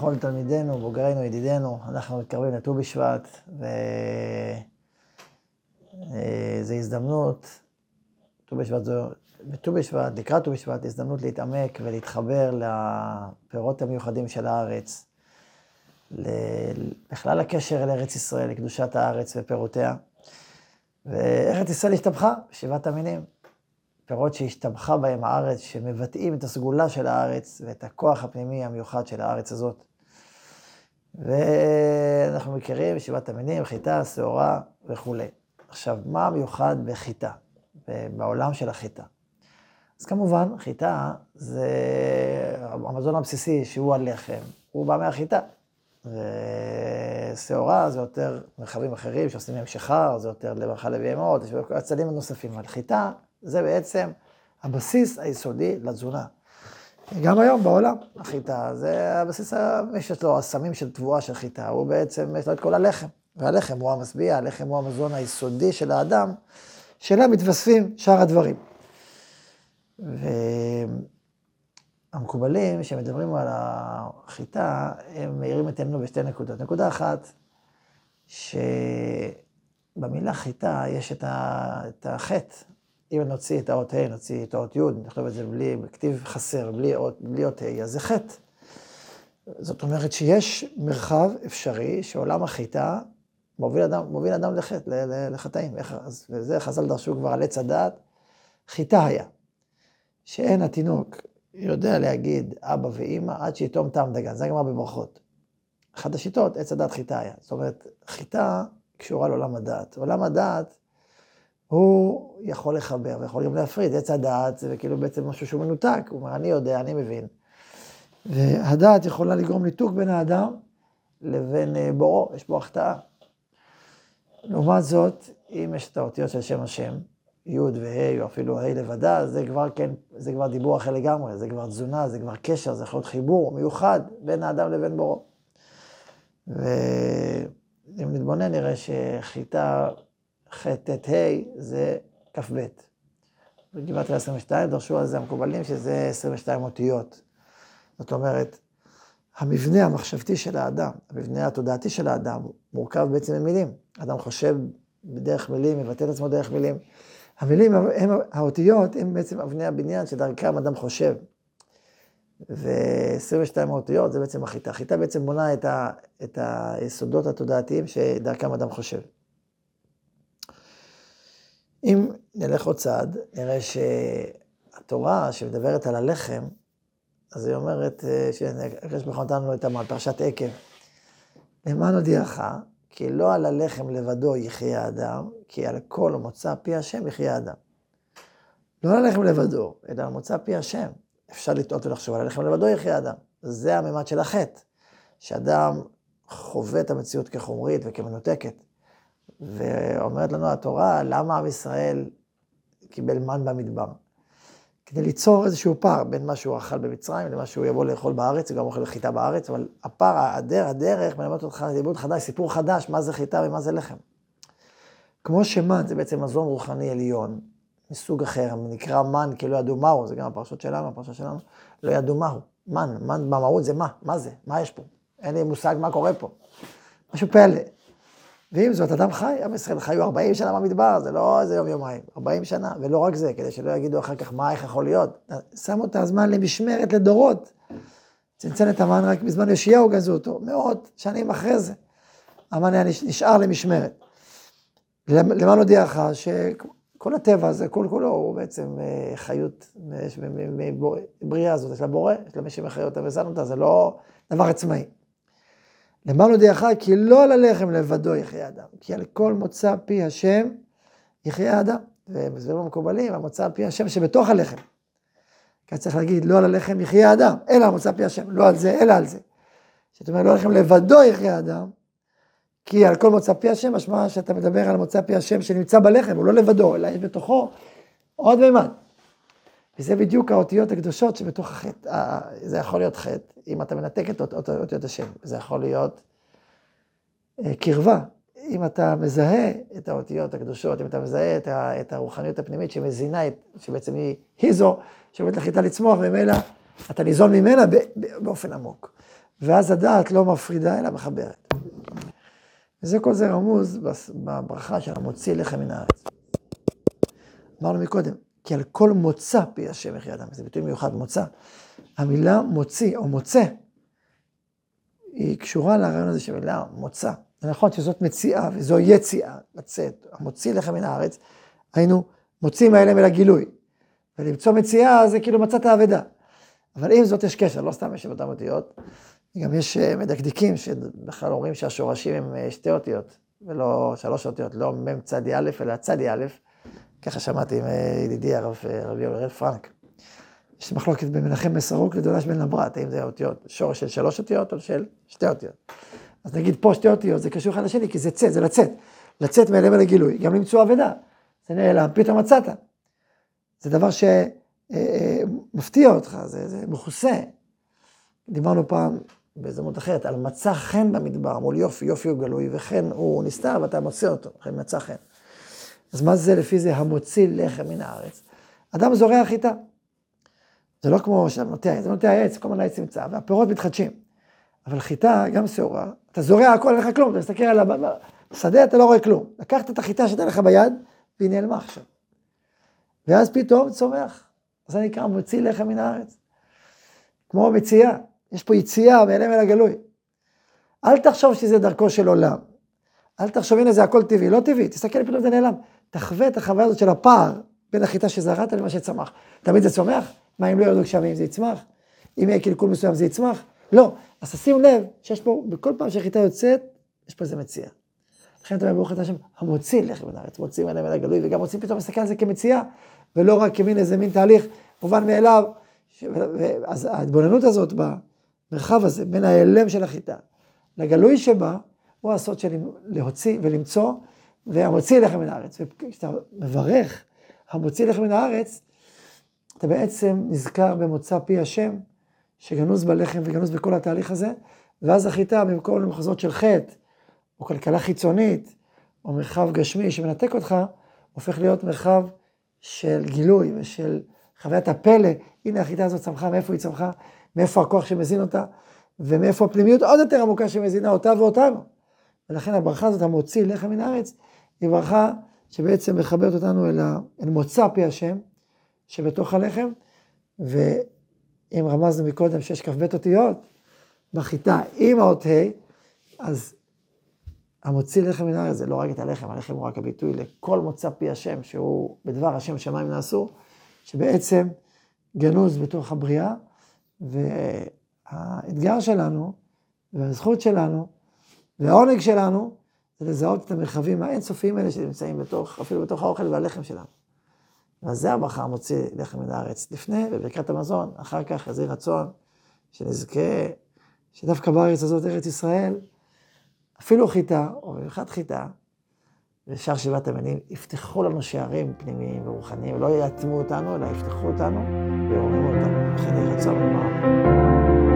לכל תלמידינו, בוגרינו, ידידינו. אנחנו מתקרבים לט"ו בשבט, וזו הזדמנות, בט"ו בשבט, לקראת ט"ו בשבט, הזדמנות להתעמק ולהתחבר לפירות המיוחדים של הארץ, בכלל הקשר אל ארץ ישראל, לקדושת הארץ ופירותיה. וארץ ישראל השתבחה בשבעת המינים. פירות שהשתבחה בהם הארץ, שמבטאים את הסגולה של הארץ ואת הכוח הפנימי המיוחד של הארץ הזאת. ואנחנו מכירים שבעת המינים, חיטה, שעורה וכו'. עכשיו, מה המיוחד בחיטה, בעולם של החיטה? אז כמובן, חיטה זה המזון הבסיסי שהוא הלחם, הוא בא מהחיטה. ושעורה זה יותר מרחבים אחרים שעושים מהם שחר, זה יותר למאכל לבהמות, יש הצדים הנוספים. אבל חיטה זה בעצם הבסיס היסודי לתזונה. גם היום בעולם, החיטה זה הבסיס, יש לו הסמים של תבואה של חיטה, הוא בעצם, יש לו את כל הלחם. והלחם הוא המשביע, הלחם הוא המזון היסודי של האדם, שאליו מתווספים שאר הדברים. והמקובלים שמדברים על החיטה, הם מאירים את עינינו בשתי נקודות. נקודה אחת, שבמילה חיטה יש את החטא. אם נוציא את האות ה', נוציא את האות י', נכתוב את זה בכתיב חסר, בלי אות ה', אז זה חטא. זאת אומרת שיש מרחב אפשרי שעולם החיטה מוביל אדם לחטאים. וזה חז"ל דרשו כבר על עץ הדעת, חיטה היה. שאין התינוק יודע להגיד אבא ואמא עד שיתום טעם דגן, זה הגמרא בברכות. אחת השיטות, עץ הדעת חיטה היה. זאת אומרת, חיטה קשורה לעולם הדעת. עולם הדעת הוא יכול לחבר ויכול גם להפריד. עץ הדעת זה כאילו בעצם משהו שהוא מנותק. הוא אומר, אני יודע, אני מבין. והדעת יכולה לגרום ניתוק בין האדם לבין בוראו, יש בו החטאה. לעומת זאת, אם יש את האותיות של שם השם, י' וה' או אפילו ה' לבדה, זה כבר דיבור אחר לגמרי, זה כבר תזונה, זה כבר קשר, זה יכול להיות חיבור מיוחד בין האדם לבין בוראו. ואם נתבונן נראה שחיטה ח' ה' זה כ"ב. בגימטריה 22 דרשו על זה המקובלים שזה 22 אותיות. זאת אומרת, המבנה המחשבתי של האדם, המבנה התודעתי של האדם, מורכב בעצם ממילים. האדם חושב בדרך מילים, מבטא את עצמו דרך מילים. המילים, האותיות, הם בעצם אבני הבניין שדרכם אדם חושב. ו-22 האותיות זה בעצם החיטה. החיטה בעצם בונה את היסודות התודעתיים שדרכם אדם חושב. אם נלך עוד צעד, נראה שהתורה שמדברת על הלחם, אז היא אומרת, שיש בכונתנו את פרשת עקב. למען הודיעך, כי לא על הלחם לבדו יחיה האדם, כי על כל מוצא פי השם יחיה האדם. לא על הלחם לבדו, אלא על מוצא פי השם. אפשר לטעות ולחשוב על הלחם לבדו יחיה האדם. זה הממד של החטא, שאדם חווה את המציאות כחומרית וכמנותקת. ואומרת לנו התורה, למה עם ישראל קיבל מן במדבר? כדי ליצור איזשהו פער בין מה שהוא אכל במצרים למה שהוא יבוא לאכול בארץ, הוא גם אוכל חיטה בארץ, אבל הפער, הדרך מלמד אותך לעיבוד חדש, סיפור חדש, מה זה חיטה ומה זה לחם. כמו שמן זה בעצם מזון רוחני עליון, מסוג אחר, נקרא מן כי לא ידעו מהו, זה גם הפרשה שלנו, לא ידעו מהו. מן במהות זה מה זה? מה יש פה? אין לי מושג מה קורה פה. משהו פלא. ואם זאת אדם חי, עם ישראל חיו 40 שנה במדבר, זה לא איזה יום-יומיים, 40 שנה, ולא רק זה, כדי שלא יגידו אחר כך איך יכול להיות. שמו את הזמן למשמרת, לדורות. צנצן את המן רק בזמן יאשיהו גזו אותו, מאות שנים אחרי זה. המן היה נשאר למשמרת. למען הודיעך שכל הטבע הזה, כל כולו, הוא בעצם חיות מבריאה הזאת, יש לה בורא, יש לה מי שמחיה אותה וזן אותה, זה לא דבר עצמאי. למען הודיעך כי לא על הלחם לבדו יחיה האדם, כי על כל מוצא פי השם יחיה האדם. ומסבירים המקובלים, המוצא פי השם שבתוך הלחם. כי צריך להגיד, לא על הלחם יחיה האדם, אלא על מוצא פי השם, לא על זה, אלא על זה. זאת אומרת, לא על הלחם לבדו יחיה האדם, כי על כל מוצא פי השם, משמע שאתה מדבר על מוצא פי השם שנמצא בלחם, הוא לא לבדו, אלא יש בתוכו עוד מימד. וזה בדיוק האותיות הקדושות שבתוך החטא, זה יכול להיות חטא, אם אתה מנתק את אותיות השם, זה יכול להיות קרבה, אם אתה מזהה את האותיות הקדושות, אם אתה מזהה את הרוחניות הפנימית שמזינה, שבעצם היא זו, שבאמת לחיטה לצמוח, וממילא אתה ניזון ממנה באופן עמוק. ואז הדעת לא מפרידה, אלא מחברת. וזה כל זה רמוז בברכה של המוציא לחם מן הארץ. אמרנו מקודם, כי על כל מוצא פי השם יחיה אדם, זה ביטוי מיוחד, מוצא. המילה מוציא או מוצא, היא קשורה לרעיון הזה של מילה מוצא. זה נכון שזאת מציאה וזו יציאה, לצאת, המוציא לחם מן הארץ, היינו מוצאים האלה אל הגילוי. ולמצוא מציאה זה כאילו מצאת האבדה. אבל אם זאת יש קשר, לא סתם יש אותם אותיות, גם יש מדקדקים שבכלל אומרים שהשורשים הם שתי אותיות, ולא שלוש אותיות, לא מם צדי א' אלא צדי א', ככה שמעתי עם ידידי רבי יורל פרנק. יש מחלוקת בין מנחם מסרוק לדולש בן לברט, האם זה אותיות, שורש של שלוש אותיות או של שתי אותיות. אז נגיד פה שתי אותיות, זה קשור אחד לשני, כי זה צאת, זה לצאת. לצאת מאליהם אל הגילוי, גם למצוא אבדה. זה נעלם, פתאום מצאת. זה דבר שמפתיע אותך, זה מכוסה. דיברנו פעם בהזדמנות אחרת, על מצא חן במדבר, מול יופי, יופי הוא גלוי, וחן הוא נסתר, ואתה מוצא אותו, לכן מצא חן. אז מה זה לפי זה המוציא לחם מן הארץ? אדם זורע חיטה. זה לא כמו שאדם נוטע, זה נוטע עץ, כל מיני עץ נמצא, והפירות מתחדשים. אבל חיטה, גם שעורה, אתה זורע הכל, אין לך כלום, אתה מסתכל על השדה, אתה לא רואה כלום. לקחת את החיטה שאתה לך ביד, והיא נעלמה עכשיו. ואז פתאום צומח. אז זה נקרא מוציא לחם מן הארץ. כמו מציאה, יש פה יציאה מאליהם אל הגלוי. אל תחשוב שזה דרכו של עולם. אל תחשוב, הנה זה הכל טבעי, לא טבעי, תסתכל פתאום זה נעלם. תחווה את החוויה הזאת של הפער בין החיטה שזרעת למה שצמח. תמיד זה צומח, מה אם לא ירדו גשמים זה יצמח? אם יהיה קלקול מסוים זה יצמח? לא. אז תשים לב שיש פה, בכל פעם שהחיטה יוצאת, יש פה איזה מציאה. לכן אתה אומר ברוך אתה השם, המוציא לחם מן הארץ, מוציא מאליהם אל הגלוי, וגם מוציא פתאום מסתכל על זה כמציאה, ולא רק כמין איזה מין תהליך מובן מאליו. אז ההתבוננות הזאת במרחב הזה, בין ההיעלם של החיטה, לגלוי שבה, הוא הסוד של להוציא ולמצוא, והמוציא לחם מן הארץ. וכשאתה מברך, המוציא לחם מן הארץ, אתה בעצם נזכר במוצא פי השם, שגנוז בלחם וגנוז בכל התהליך הזה, ואז החיטה במקום למחזות של חטא, או כלכלה חיצונית, או מרחב גשמי שמנתק אותך, הופך להיות מרחב של גילוי ושל חוויית הפלא. הנה החיטה הזאת צמחה, מאיפה היא צמחה, מאיפה הכוח שמזין אותה, ומאיפה הפנימיות עוד יותר עמוקה שמזינה אותה ואותנו. ולכן הברכה הזאת, המוציא לחם מן הארץ, היא ברכה שבעצם מחברת אותנו אל מוצא פי השם, שבתוך הלחם, ואם רמזנו מקודם שיש כ"ב אותיות, בחיטה עם האות ה', אז המוציא לחם מן הארץ זה לא רק את הלחם, הלחם הוא רק הביטוי לכל מוצא פי השם, שהוא בדבר השם שמיים נעשו, שבעצם גנוז בתוך הבריאה, והאתגר שלנו, והזכות שלנו, והעונג שלנו, זה לזהות את המרחבים האינסופיים האלה שנמצאים אפילו בתוך האוכל והלחם שלנו. אז זה הברכה המוציא לחם מן הארץ לפני, בברכת המזון, אחר כך יהי רצון, שנזכה, שדווקא בארץ הזאת, ארץ ישראל, אפילו חיטה, או במיוחד חיטה, ושאר שבעת המינים, יפתחו לנו שערים פנימיים ורוחניים, לא יאטמו אותנו, אלא יפתחו אותנו וירוממו אותנו. לכן יהי רצון לומר.